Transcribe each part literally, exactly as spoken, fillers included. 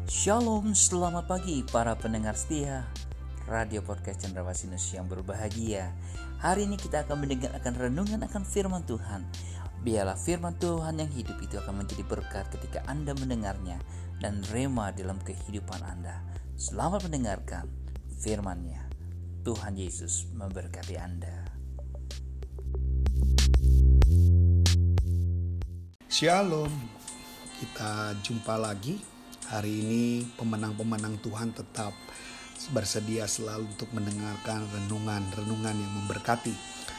Shalom, selamat pagi para pendengar setia Radio Podcast Cenderawasih yang berbahagia. Hari ini kita akan mendengar akan renungan akan firman Tuhan. Biarlah firman Tuhan yang hidup itu akan menjadi berkat ketika Anda mendengarnya dan rema dalam kehidupan Anda. Selamat mendengarkan firman-Nya. Tuhan Yesus memberkati Anda. Shalom, kita jumpa lagi. Hari ini pemenang-pemenang Tuhan tetap bersedia selalu untuk mendengarkan renungan-renungan yang memberkati.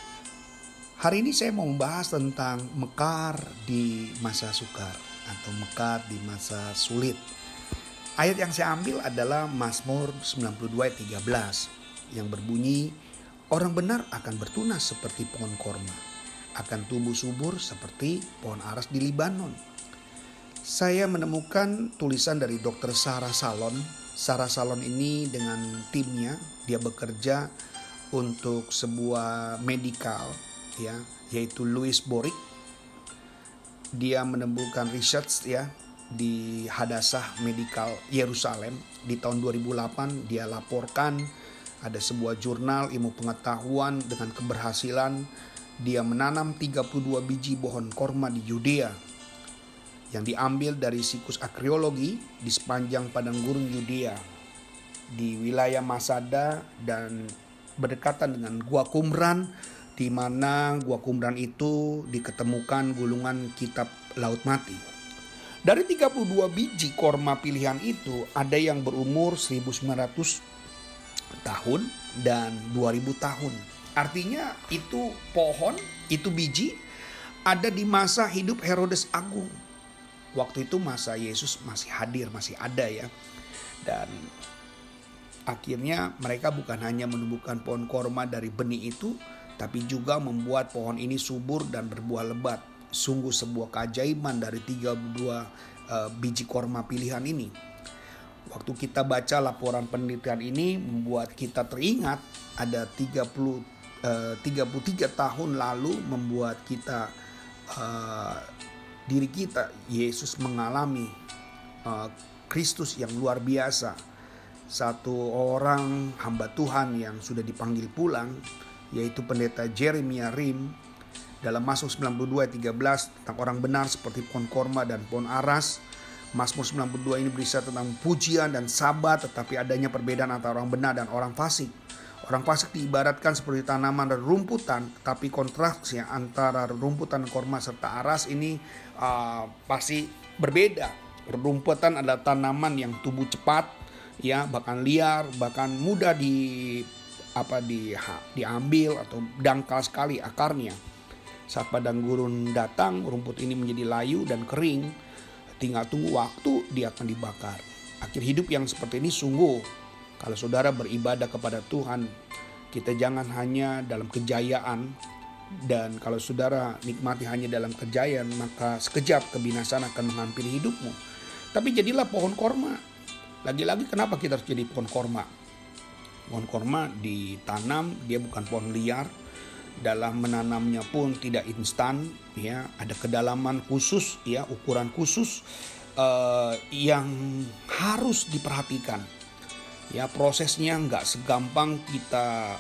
Hari ini saya mau membahas tentang mekar di masa sukar atau mekar di masa sulit. Ayat yang saya ambil adalah Mazmur sembilan puluh dua ayat tiga belas yang berbunyi, orang benar akan bertunas seperti pohon korma, akan tumbuh subur seperti pohon aras di Libanon. Saya menemukan tulisan dari dokter Sarah Salon. Sarah Salon ini dengan timnya, dia bekerja untuk sebuah medical, ya, yaitu Louis Borik. Dia menemukan research ya di Hadassah Medical Yerusalem di tahun dua ribu delapan. Dia laporkan ada sebuah jurnal ilmu pengetahuan dengan keberhasilan dia menanam tiga puluh dua biji pohon korma di Yudea yang diambil dari siklus arkeologi di sepanjang padang gurun Yudea di wilayah Masada dan berdekatan dengan Gua Qumran, di mana Gua Qumran itu diketemukan gulungan kitab Laut Mati. Dari tiga puluh dua biji korma pilihan itu ada yang berumur seribu sembilan ratus tahun dan dua ribu tahun. Artinya itu pohon, itu biji ada di masa hidup Herodes Agung. Waktu itu masa Yesus masih hadir, masih ada ya. Dan akhirnya mereka bukan hanya menumbuhkan pohon korma dari benih itu, tapi juga membuat pohon ini subur dan berbuah lebat. Sungguh sebuah keajaiban dari tiga puluh dua uh, biji korma pilihan ini. Waktu kita baca laporan penelitian ini membuat kita teringat ada tiga puluh, uh, tiga puluh tiga tahun lalu membuat kita uh, diri kita, Yesus mengalami uh, Kristus yang luar biasa. Satu orang hamba Tuhan yang sudah dipanggil pulang, yaitu pendeta Jeremiah Rim, dalam Mazmur sembilan puluh dua ayat tiga belas tentang orang benar seperti pohon korma dan pohon aras. Mazmur sembilan puluh dua ini berisi tentang pujian dan sabat, tetapi adanya perbedaan antara orang benar dan orang fasik. Orang fasik diibaratkan seperti tanaman dan rumputan, tapi kontrasnya antara rumputan korma serta aras ini uh, pasti berbeda. Rumputan adalah tanaman yang tumbuh cepat, ya, bahkan liar, bahkan mudah di apa di diambil atau dangkal sekali akarnya. Saat padang gurun datang, rumput ini menjadi layu dan kering. Tinggal tunggu waktu dia akan dibakar. Akhir hidup yang seperti ini sungguh, kalau saudara beribadah kepada Tuhan, kita jangan hanya dalam kejayaan. Dan kalau saudara nikmati hanya dalam kejayaan, maka sekejap kebinasaan akan menghampiri hidupmu. Tapi jadilah pohon korma. Lagi-lagi kenapa kita harus jadi pohon korma? Pohon korma ditanam, dia bukan pohon liar. Dalam menanamnya pun tidak instan, ya, ada kedalaman khusus, ya, ukuran khusus uh, yang harus diperhatikan. Ya, prosesnya nggak segampang kita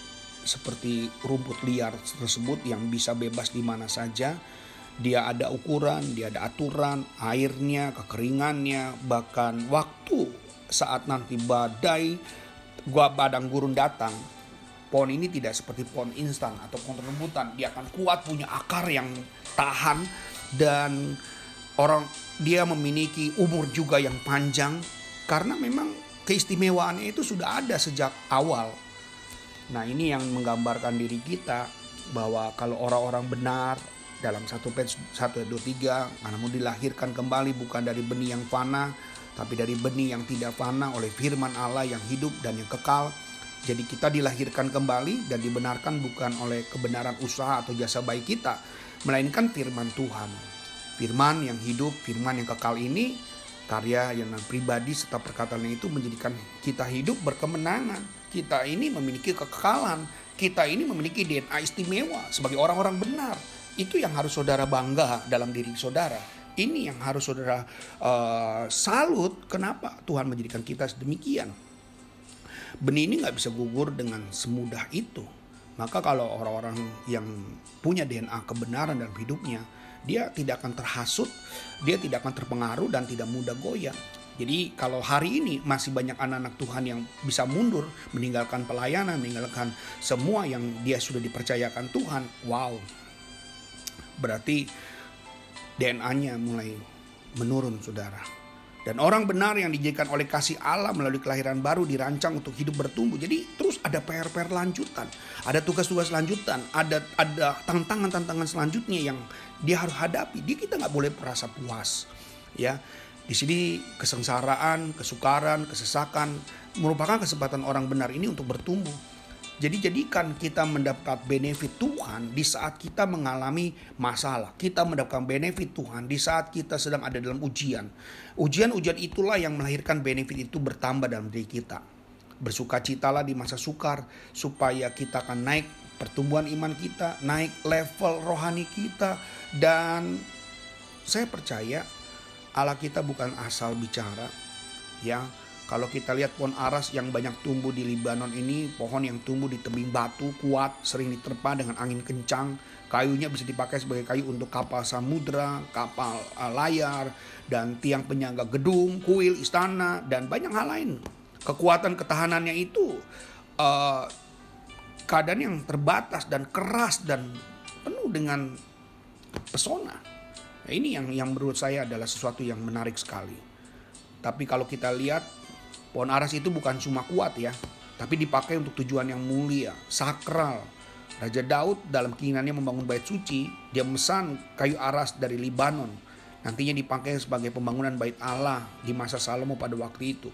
seperti rumput liar tersebut yang bisa bebas di mana saja. Dia ada ukuran, dia ada aturan, airnya, kekeringannya, bahkan waktu saat nanti badai gua padang gurun datang. Pohon ini tidak seperti pohon instan atau pohon rembutan. Dia akan kuat, punya akar yang tahan, dan orang dia memiliki umur juga yang panjang karena memang keistimewaannya itu sudah ada sejak awal. Nah, ini yang menggambarkan diri kita bahwa kalau orang-orang benar dalam satu Petrus satu ayat dua puluh tiga, namun dilahirkan kembali bukan dari benih yang fana, tapi dari benih yang tidak fana oleh firman Allah yang hidup dan yang kekal. Jadi kita dilahirkan kembali dan dibenarkan bukan oleh kebenaran usaha atau jasa baik kita, melainkan firman Tuhan. Firman yang hidup, firman yang kekal ini, karya yang pribadi serta perkataannya itu menjadikan kita hidup berkemenangan. Kita ini memiliki kekekalan. Kita ini memiliki D N A istimewa sebagai orang-orang benar. Itu yang harus saudara bangga dalam diri saudara. Ini yang harus saudara uh, salut, kenapa Tuhan menjadikan kita sedemikian. Benih ini gak bisa gugur dengan semudah itu. Maka kalau orang-orang yang punya D N A kebenaran dalam hidupnya, dia tidak akan terhasut, dia tidak akan terpengaruh dan tidak mudah goyah. Jadi kalau hari ini masih banyak anak-anak Tuhan yang bisa mundur, meninggalkan pelayanan, meninggalkan semua yang dia sudah dipercayakan Tuhan, wow. Berarti D N A-nya mulai menurun, saudara. Dan orang benar yang dijadikan oleh kasih Allah melalui kelahiran baru dirancang untuk hidup bertumbuh. Jadi terus ada P R-P R lanjutan, ada tugas-tugas lanjutan, ada ada tantangan-tantangan selanjutnya yang dia harus hadapi. Dia kita nggak boleh merasa puas, ya. Di sini kesengsaraan, kesukaran, kesesakan merupakan kesempatan orang benar ini untuk bertumbuh. Jadi jadikan kita mendapat benefit Tuhan di saat kita mengalami masalah. Kita mendapatkan benefit Tuhan di saat kita sedang ada dalam ujian. Ujian-ujian itulah yang melahirkan benefit itu bertambah dalam diri kita. Bersukacitalah di masa sukar supaya kita akan naik pertumbuhan iman kita, naik level rohani kita. Dan saya percaya Allah kita bukan asal bicara, ya. Kalau kita lihat pohon aras yang banyak tumbuh di Libanon ini, pohon yang tumbuh di tebing batu kuat, sering diterpa dengan angin kencang. Kayunya bisa dipakai sebagai kayu untuk kapal samudra, kapal uh, layar, dan tiang penyangga gedung, kuil, istana, dan banyak hal lain. Kekuatan ketahanannya itu uh, keadaan yang terbatas dan keras dan penuh dengan pesona. Nah, ini yang, yang menurut saya adalah sesuatu yang menarik sekali. Tapi kalau kita lihat, pohon aras itu bukan cuma kuat ya, tapi dipakai untuk tujuan yang mulia, sakral. Raja Daud dalam keinginannya membangun bait suci, dia memesan kayu aras dari Libanon. Nantinya dipakai sebagai pembangunan bait Allah di masa Salomo pada waktu itu.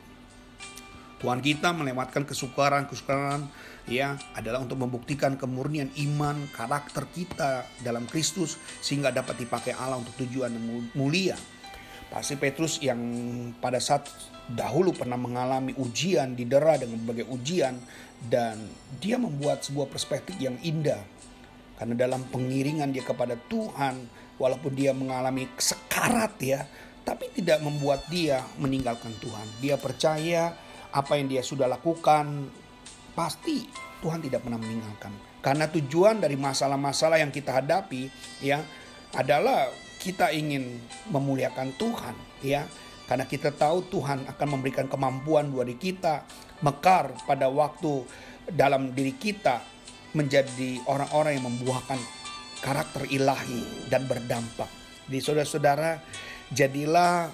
Tuhan kita melewatkan kesukaran-kesukaran ya adalah untuk membuktikan kemurnian iman, karakter kita dalam Kristus sehingga dapat dipakai Allah untuk tujuan yang mulia. Pasti Petrus yang pada saat dahulu pernah mengalami ujian, didera dengan berbagai ujian, dan dia membuat sebuah perspektif yang indah. Karena dalam pengiringan dia kepada Tuhan, walaupun dia mengalami sekarat ya, tapi tidak membuat dia meninggalkan Tuhan. Dia percaya apa yang dia sudah lakukan, pasti Tuhan tidak pernah meninggalkan. Karena tujuan dari masalah-masalah yang kita hadapi ya adalah kita ingin memuliakan Tuhan ya. Karena kita tahu Tuhan akan memberikan kemampuan buat diri kita mekar pada waktu dalam diri kita menjadi orang-orang yang membuahkan karakter ilahi dan berdampak. Jadi saudara-saudara, jadilah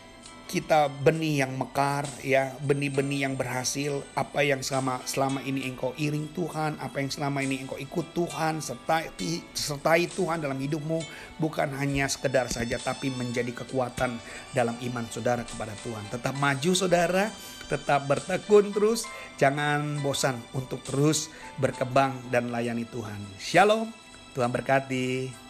kita benih yang mekar ya, benih-benih yang berhasil. Apa yang selama selama ini engkau iring Tuhan, apa yang selama ini engkau ikut Tuhan, sertai, sertai Tuhan dalam hidupmu, bukan hanya sekedar saja tapi menjadi kekuatan dalam iman saudara kepada Tuhan. Tetap maju saudara, tetap bertekun terus, jangan bosan untuk terus berkembang dan layani Tuhan. Shalom, Tuhan berkati.